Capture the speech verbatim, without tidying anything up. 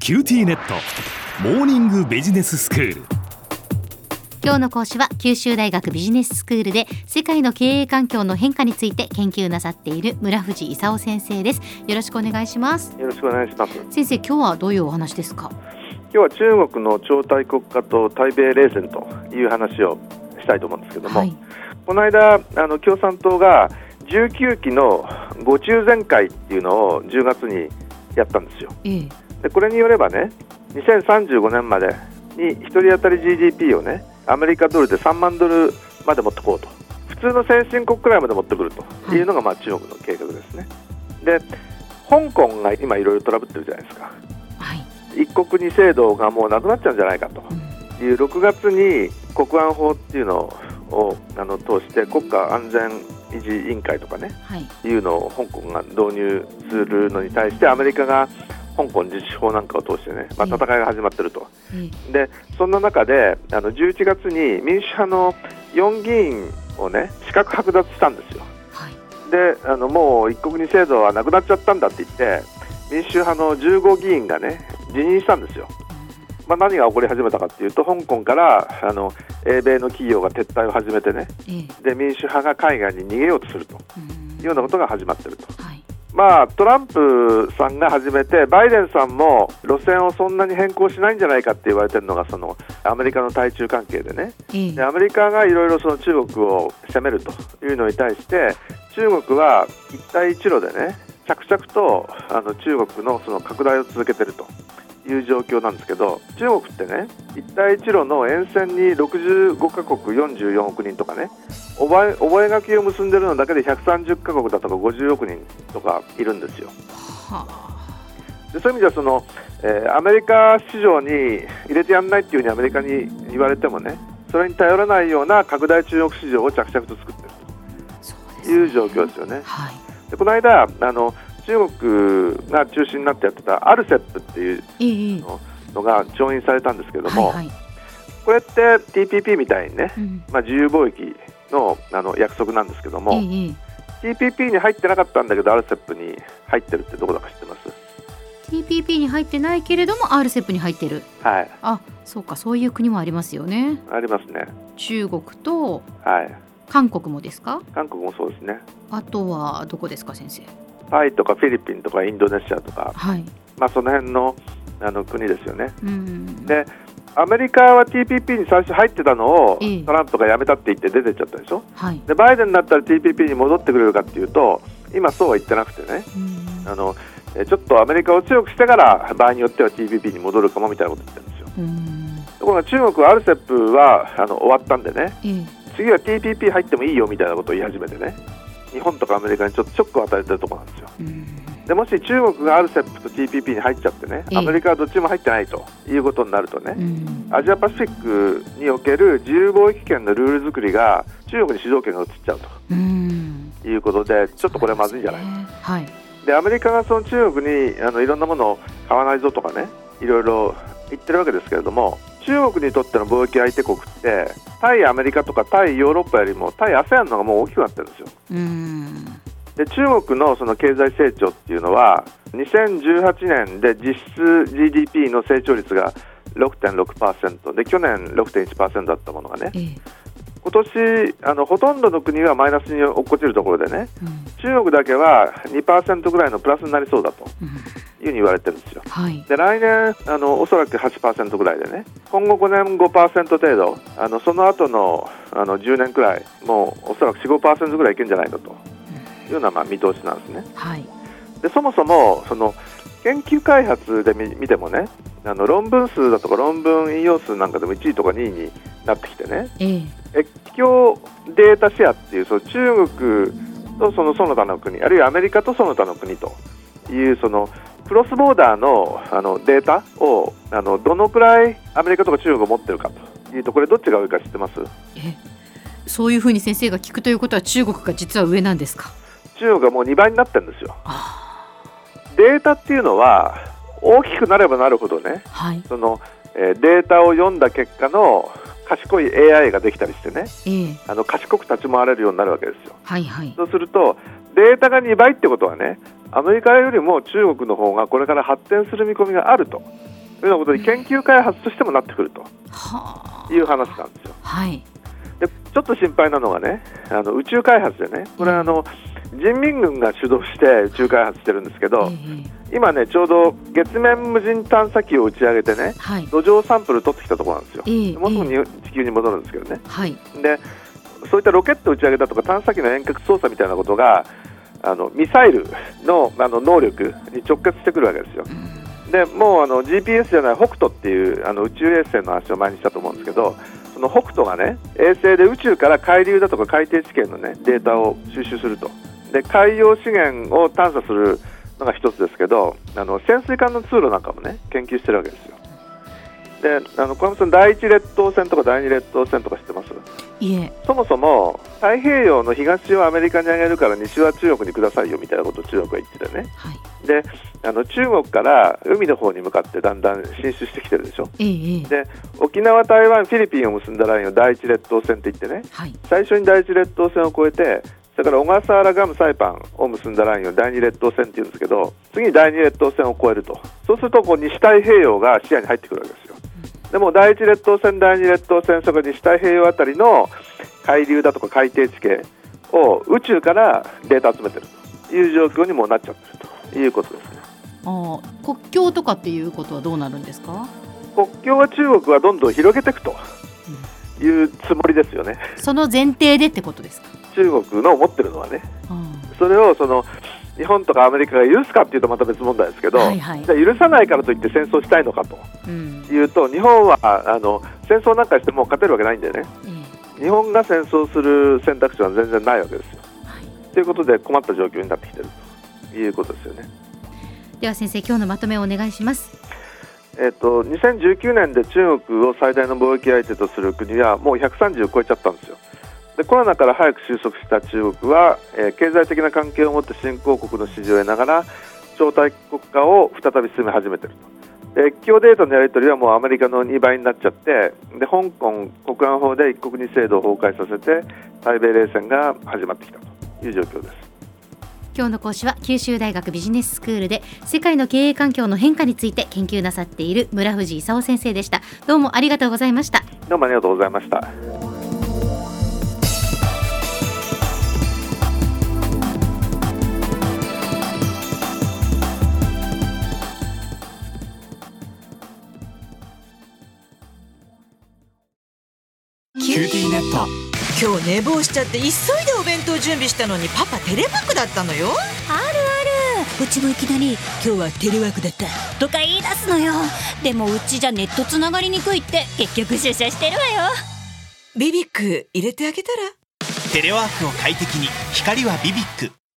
キューティーネットモーニングビジネススクール。 今日の講師は九州大学ビジネススクールで世界の経営環境の変化について研究なさっている村藤勲先生です。よろしくお願いします。 よろしくお願いします。 先生、今日はどういうお話ですか？ 今日は中国の超大国化と対米冷戦という話をしたいと思うんですけども、はい、この間あの共産党がじゅうきゅうきのご中全会っていうのをじゅうがつにやったんですよ、ええ、でこれによればねにせんさんじゅうごねんまでにひとり当たり ジーディーピー をねアメリカドルでさんまんドルまで持ってこうと、普通の先進国くらいまで持ってくるというのが、まあ、中国の計画ですね。で香港が今いろいろトラブってるじゃないですか、はい、一国二制度がもうなくなっちゃうんじゃないかという、うん、ろくがつに国安法っていうのをあの通して国家安全維持委員会とかね、はい、いうのを香港が導入するのに対してアメリカが香港自治法なんかを通してね、まあ、戦いが始まっていると、ええ、でそんな中であのじゅういちがつに民主派のよん議員をね資格剥奪したんですよ、はい、であのもう一国二制度はなくなっちゃったんだって言って民主派のじゅうご議員がね辞任したんですよ。まあ、何が起こり始めたかというと香港からあの英米の企業が撤退を始めてね、ええ、で民主派が海外に逃げようとするというようなことが始まっていると、はい、まあ、トランプさんが始めてバイデンさんも路線をそんなに変更しないんじゃないかって言われているのがそのアメリカの対中関係でね、ええ、でアメリカがいろいろその中国を攻めるというのに対して中国は一帯一路でね着々とあの中国のその拡大を続けているという状況なんですけど、中国ってね一帯一路の沿線にろくじゅうごかこくよんじゅうよんおくにんとかね覚え、覚書を結んでるのだけでひゃくさんじゅっかこくだとかごじゅうおくにんとかいるんですよ。はあ、でそういう意味ではその、えー、アメリカ市場に入れてやんないっていうふうにアメリカに言われてもねそれに頼らないような拡大中国市場を着々と作っているという状況ですよね。はい、でこの間あの中国が中心になってやってた アルセップ っていうのが調印されたんですけども、はいはい、これって ティーピーピー みたいにね、うんまあ、自由貿易 の, あの約束なんですけども、ええ、ティーピーピー に入ってなかったんだけど アルセップ に入ってるってどこだか知ってます？ ティーピーピー に入ってないけれども アルセップ に入ってる、はい、あ、そうか、そういう国もありますよね。 ありますね。 中国と、 はい、 韓国もですか？ 韓国もそうですね。 あとはどこですか先生？ タイとかフィリピンとかインドネシアとか、はい、まあ、その辺 の, あの国ですよね。うんでアメリカは ティーピーピー に最初入ってたのを、ええ、トランプがやめたって言って出てっちゃったでしょ、はい、でバイデンになったら ティーピーピー に戻ってくれるかっていうと今そうは言ってなくてね、あのちょっとアメリカを強くしてから場合によっては ティーピーピー に戻るかもみたいなこと言ってるんですよ。うんところが中国は アルセップ はあの終わったんでね、ええ、次は ティーピーピー 入ってもいいよみたいなことを言い始めてね、日本とかアメリカにちょっとショックを与えてるところなんですよ。でもし中国が アルセップ と ティーピーピー に入っちゃってね、アメリカはどっちも入ってないということになるとね、アジアパシフィックにおける自由貿易圏のルール作りが中国に主導権が移っちゃうということで、ちょっとこれはまずいんじゃないか、はい、でアメリカがその中国にあのいろんなものを買わないぞとかねいろいろ言ってるわけですけれども、中国にとっての貿易相手国って対アメリカとか対ヨーロッパよりも対 アセアン の方がもう大きくなってるんですよ。うーんで中国 の, その経済成長っていうのはにせんじゅうはちねんで実質 ジーディーピー の成長率が ろくてんろくパーセント で去年 ろくてんいちパーセント だったものがね、ええ、今年あのほとんどの国はマイナスに落っこちるところでね、うん、中国だけは にパーセント ぐらいのプラスになりそうだというふうに言われてるんですよ、はい、で来年あのおそらく はちパーセント ぐらいでね、今後ごねん ごパーセント 程度あのその後のあのじゅうねんくらいもうおそらく よん、ごパーセント ぐらいいけるんじゃないかというようなまあ見通しなんですね、はい、でそもそもその研究開発で 見, 見てもねあの論文数だとか論文引用数なんかでもいちいとかにいになってきてね、ええ、越境データシェアっていうその中国とそのその他の国あるいはアメリカとその他の国というそのクロスボーダー の, あのデータをあのどのくらいアメリカとか中国が持ってるかというとこれどっちが上か知ってます？ えそういうふうに先生が聞くということは中国が実は上なんですか？ 中国がもうにばいになってるんですよ。データっていうのは大きくなればなるほどね、はい、その、えー、データを読んだ結果の賢い エーアイ ができたりしてね、えー、あの賢く立ち回れるようになるわけですよ、はいはい、そうするとデータがにばいってことはねアメリカよりも中国の方がこれから発展する見込みがあるとというようなことに研究開発としてもなってくるという話なんですよ。 はい、 でちょっと心配なのがね、あの宇宙開発でね、これはあの人民軍が主導して宇宙開発してるんですけど、えー、今ねちょうど月面無人探査機を打ち上げてね、はい、土壌サンプル取ってきたところなんですよ、えー、もうすぐに地球に戻るんですけどね、はい、でそういったロケット打ち上げだとか探査機の遠隔操作みたいなことがあのミサイル の, あの能力に直結してくるわけですよ。でもうあの ジーピーエス じゃない北斗っていうあの宇宙衛星の話を前にしたと思うんですけど、その北斗がね衛星で宇宙から海流だとか海底地形の、ね、データを収集すると。で海洋資源を探査するのが一つですけど、あの潜水艦の通路なんかもね研究してるわけですよ。であの小山さん、第一列島線とか第二列島線とか知ってます？ いえ。 そもそも太平洋の東をアメリカに上げるから西は中国にくださいよみたいなことを中国は言っててね、はい、であの中国から海の方に向かってだんだん進出してきてるでしょ、ええ、で沖縄、台湾、フィリピンを結んだラインを第一列島線って言ってね、はい、最初に第一列島線を越えて、それから小笠原、グアム、サイパンを結んだラインを第二列島線って言うんですけど、次に第二列島線を越えると、そうするとこう西太平洋が視野に入ってくるわけですよ。でも第一列島線、第二列島線、それから西太平洋あたりの海流だとか海底地形を宇宙からデータ集めてるという状況にもなっちゃってるということですね。 あ、国境とかっていうことはどうなるんですか？ 国境は中国はどんどん広げていくというつもりですよね、 うん、その前提でってことですか？ 中国の思ってるのはね、うん、それをその日本とかアメリカが許すかっていうとまた別問題ですけど、はいはい、じゃあ許さないからといって戦争したいのかというと、うん、日本はあの戦争なんかしても勝てるわけないんでね、うん、日本が戦争する選択肢は全然ないわけですよ、はい、ということで困った状況になってきているということですよね。 では先生、今日のまとめをお願いします。 えーと、にせんじゅうきゅうねんで中国を最大の貿易相手とする国はもうひゃくさんじゅうを超えちゃったんですよ。でコロナから早く収束した中国は、えー、経済的な関係を持って新興国の支持を得ながら超大国家を再び進め始めていると。で越境データのやり取りはもうアメリカのにばいになっちゃって、で香港国安法で一国二制度を崩壊させて対米冷戦が始まってきたという状況です。 今日の講師は九州大学ビジネススクールで世界の経営環境の変化について研究なさっている村藤勲先生でした。どうもありがとうございました。 どうもありがとうございました。 キューティーネット、今日寝坊しちゃって急いでお弁当準備したのにパパテレワークだったのよ。 あるある、うちもいきなり今日はテレワークだったとか言い出すのよ。でもうちじゃネットつながりにくいって結局出社してるわよ。 ビビック入れてあげたら。 テレワークを快適に、光はビビック。